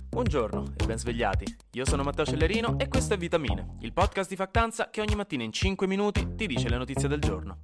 Buongiorno e ben svegliati. Io sono Matteo Cellerino e questo è Vitamine, il podcast di Factanza che ogni mattina in 5 minuti ti dice le notizie del giorno.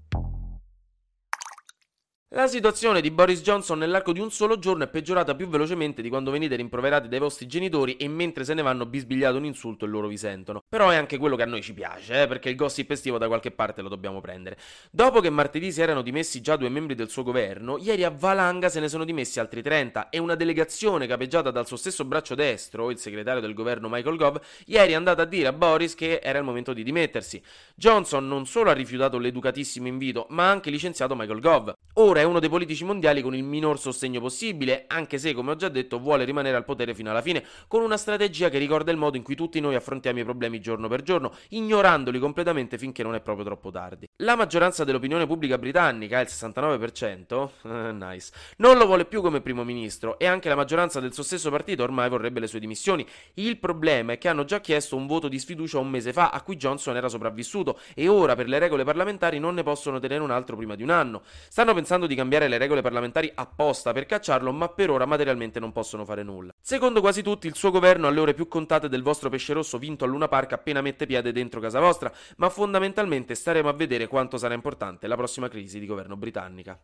La situazione di Boris Johnson nell'arco di un solo giorno è peggiorata più velocemente di quando venite rimproverati dai vostri genitori e mentre se ne vanno bisbigliato un insulto e loro vi sentono. Però è anche quello che a noi ci piace, perché il gossip estivo da qualche parte lo dobbiamo prendere. Dopo che martedì si erano dimessi già 2 membri del suo governo, ieri a valanga se ne sono dimessi altri 30 e una delegazione capeggiata dal suo stesso braccio destro, il segretario del governo Michael Gove, ieri è andata a dire a Boris che era il momento di dimettersi. Johnson non solo ha rifiutato l'educatissimo invito, ma ha anche licenziato Michael Gove. Ora è uno dei politici mondiali con il minor sostegno possibile, anche se, come ho già detto, vuole rimanere al potere fino alla fine, con una strategia che ricorda il modo in cui tutti noi affrontiamo i problemi giorno per giorno, ignorandoli completamente finché non è proprio troppo tardi. La maggioranza dell'opinione pubblica britannica, il 69%, nice, non lo vuole più come primo ministro e anche la maggioranza del suo stesso partito ormai vorrebbe le sue dimissioni. Il problema è che hanno già chiesto un voto di sfiducia un mese fa, a cui Johnson era sopravvissuto, e ora per le regole parlamentari non ne possono tenere un altro prima di un anno. Stanno pensando di cambiare le regole parlamentari apposta per cacciarlo, ma per ora materialmente non possono fare nulla. Secondo quasi tutti, il suo governo ha le ore più contate del vostro pesce rosso vinto a Luna Park appena mette piede dentro casa vostra, ma fondamentalmente staremo a vedere quanto sarà importante la prossima crisi di governo britannica.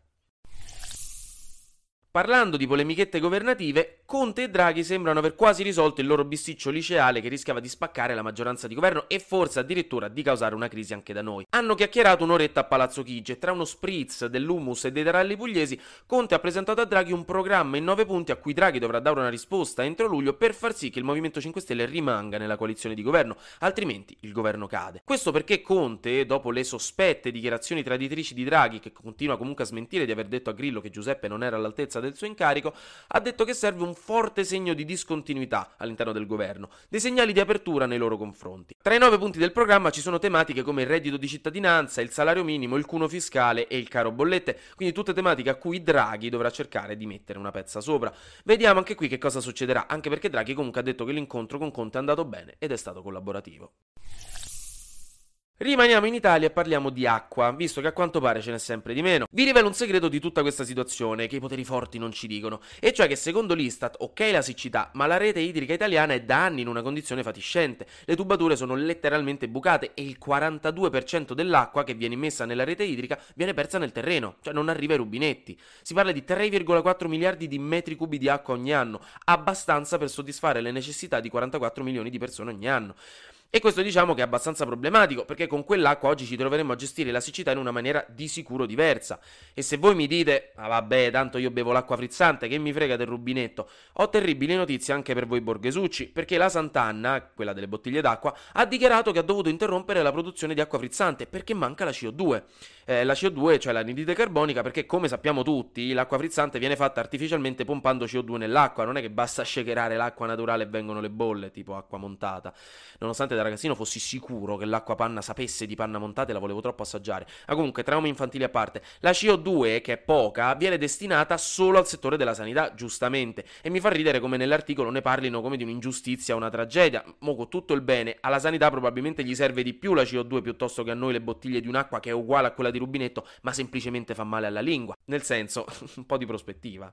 Parlando di polemichette governative, Conte e Draghi sembrano aver quasi risolto il loro bisticcio liceale che rischiava di spaccare la maggioranza di governo e forse addirittura di causare una crisi anche da noi. Hanno chiacchierato un'oretta a Palazzo Chigi e tra uno spritz dell'hummus e dei taralli pugliesi, Conte ha presentato a Draghi un programma in 9 punti a cui Draghi dovrà dare una risposta entro luglio per far sì che il Movimento 5 Stelle rimanga nella coalizione di governo, altrimenti il governo cade. Questo perché Conte, dopo le sospette dichiarazioni traditrici di Draghi, che continua comunque a smentire di aver detto a Grillo che Giuseppe non era all'altezza del suo incarico, ha detto che serve un forte segno di discontinuità all'interno del governo, dei segnali di apertura nei loro confronti. Tra i 9 punti del programma ci sono tematiche come il reddito di cittadinanza, il salario minimo, il cuneo fiscale e il caro bollette, quindi tutte tematiche a cui Draghi dovrà cercare di mettere una pezza sopra. Vediamo anche qui che cosa succederà, anche perché Draghi comunque ha detto che l'incontro con Conte è andato bene ed è stato collaborativo. Rimaniamo in Italia e parliamo di acqua, visto che a quanto pare ce n'è sempre di meno. Vi rivelo un segreto di tutta questa situazione che i poteri forti non ci dicono, e cioè che secondo l'Istat, ok la siccità, ma la rete idrica italiana è da anni in una condizione fatiscente. Le tubature sono letteralmente bucate e il 42% dell'acqua che viene immessa nella rete idrica viene persa nel terreno, cioè non arriva ai rubinetti. Si parla di 3,4 miliardi di metri cubi di acqua ogni anno, abbastanza per soddisfare le necessità di 44 milioni di persone ogni anno. E questo diciamo che è abbastanza problematico, perché con quell'acqua oggi ci troveremo a gestire la siccità in una maniera di sicuro diversa. E se voi mi dite, ah vabbè, tanto io bevo l'acqua frizzante, che mi frega del rubinetto, ho terribili notizie anche per voi borghesucci, perché la Sant'Anna, quella delle bottiglie d'acqua, ha dichiarato che ha dovuto interrompere la produzione di acqua frizzante perché manca la CO2. La CO2, cioè l'anidride carbonica, perché come sappiamo tutti, l'acqua frizzante viene fatta artificialmente pompando CO2 nell'acqua, non è che basta shakerare l'acqua naturale e vengono le bolle, tipo acqua montata. Nonostante da ragazzino fossi sicuro che l'acqua panna sapesse di panna montata e la volevo troppo assaggiare. Ma comunque, traumi infantili a parte, la CO2, che è poca, viene destinata solo al settore della sanità, giustamente, e mi fa ridere come nell'articolo ne parlino come di un'ingiustizia o una tragedia. Mo, con tutto il bene, alla sanità probabilmente gli serve di più la CO2 piuttosto che a noi le bottiglie di un'acqua che è uguale a quella di rubinetto, ma semplicemente fa male alla lingua. Nel senso, un po' di prospettiva.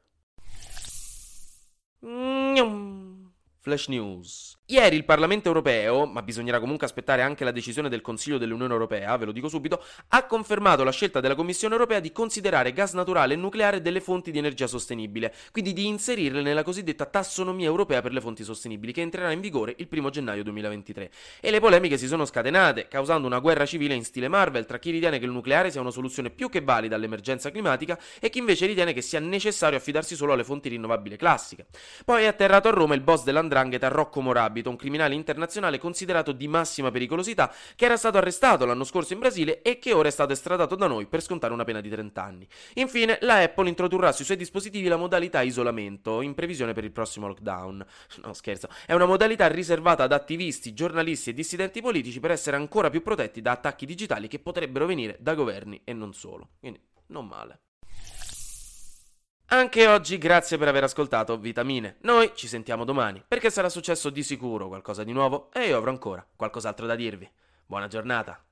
Flash News. Ieri il Parlamento europeo, ma bisognerà comunque aspettare anche la decisione del Consiglio dell'Unione Europea, ve lo dico subito, ha confermato la scelta della Commissione Europea di considerare gas naturale e nucleare delle fonti di energia sostenibile, quindi di inserirle nella cosiddetta tassonomia europea per le fonti sostenibili, che entrerà in vigore il 1 gennaio 2023. E le polemiche si sono scatenate, causando una guerra civile in stile Marvel tra chi ritiene che il nucleare sia una soluzione più che valida all'emergenza climatica e chi invece ritiene che sia necessario affidarsi solo alle fonti rinnovabili classiche. Poi è atterrato a Roma il boss dell''ndrangheta Rocco Morabito, un criminale internazionale considerato di massima pericolosità, che era stato arrestato l'anno scorso in Brasile e che ora è stato estradato da noi per scontare una pena di 30 anni. Infine, la Apple introdurrà sui suoi dispositivi la modalità isolamento, in previsione per il prossimo lockdown. No, scherzo, è una modalità riservata ad attivisti, giornalisti e dissidenti politici per essere ancora più protetti da attacchi digitali che potrebbero venire da governi e non solo. Quindi, non male. Anche oggi grazie per aver ascoltato Vitamine. Noi ci sentiamo domani, perché sarà successo di sicuro qualcosa di nuovo e io avrò ancora qualcos'altro da dirvi. Buona giornata.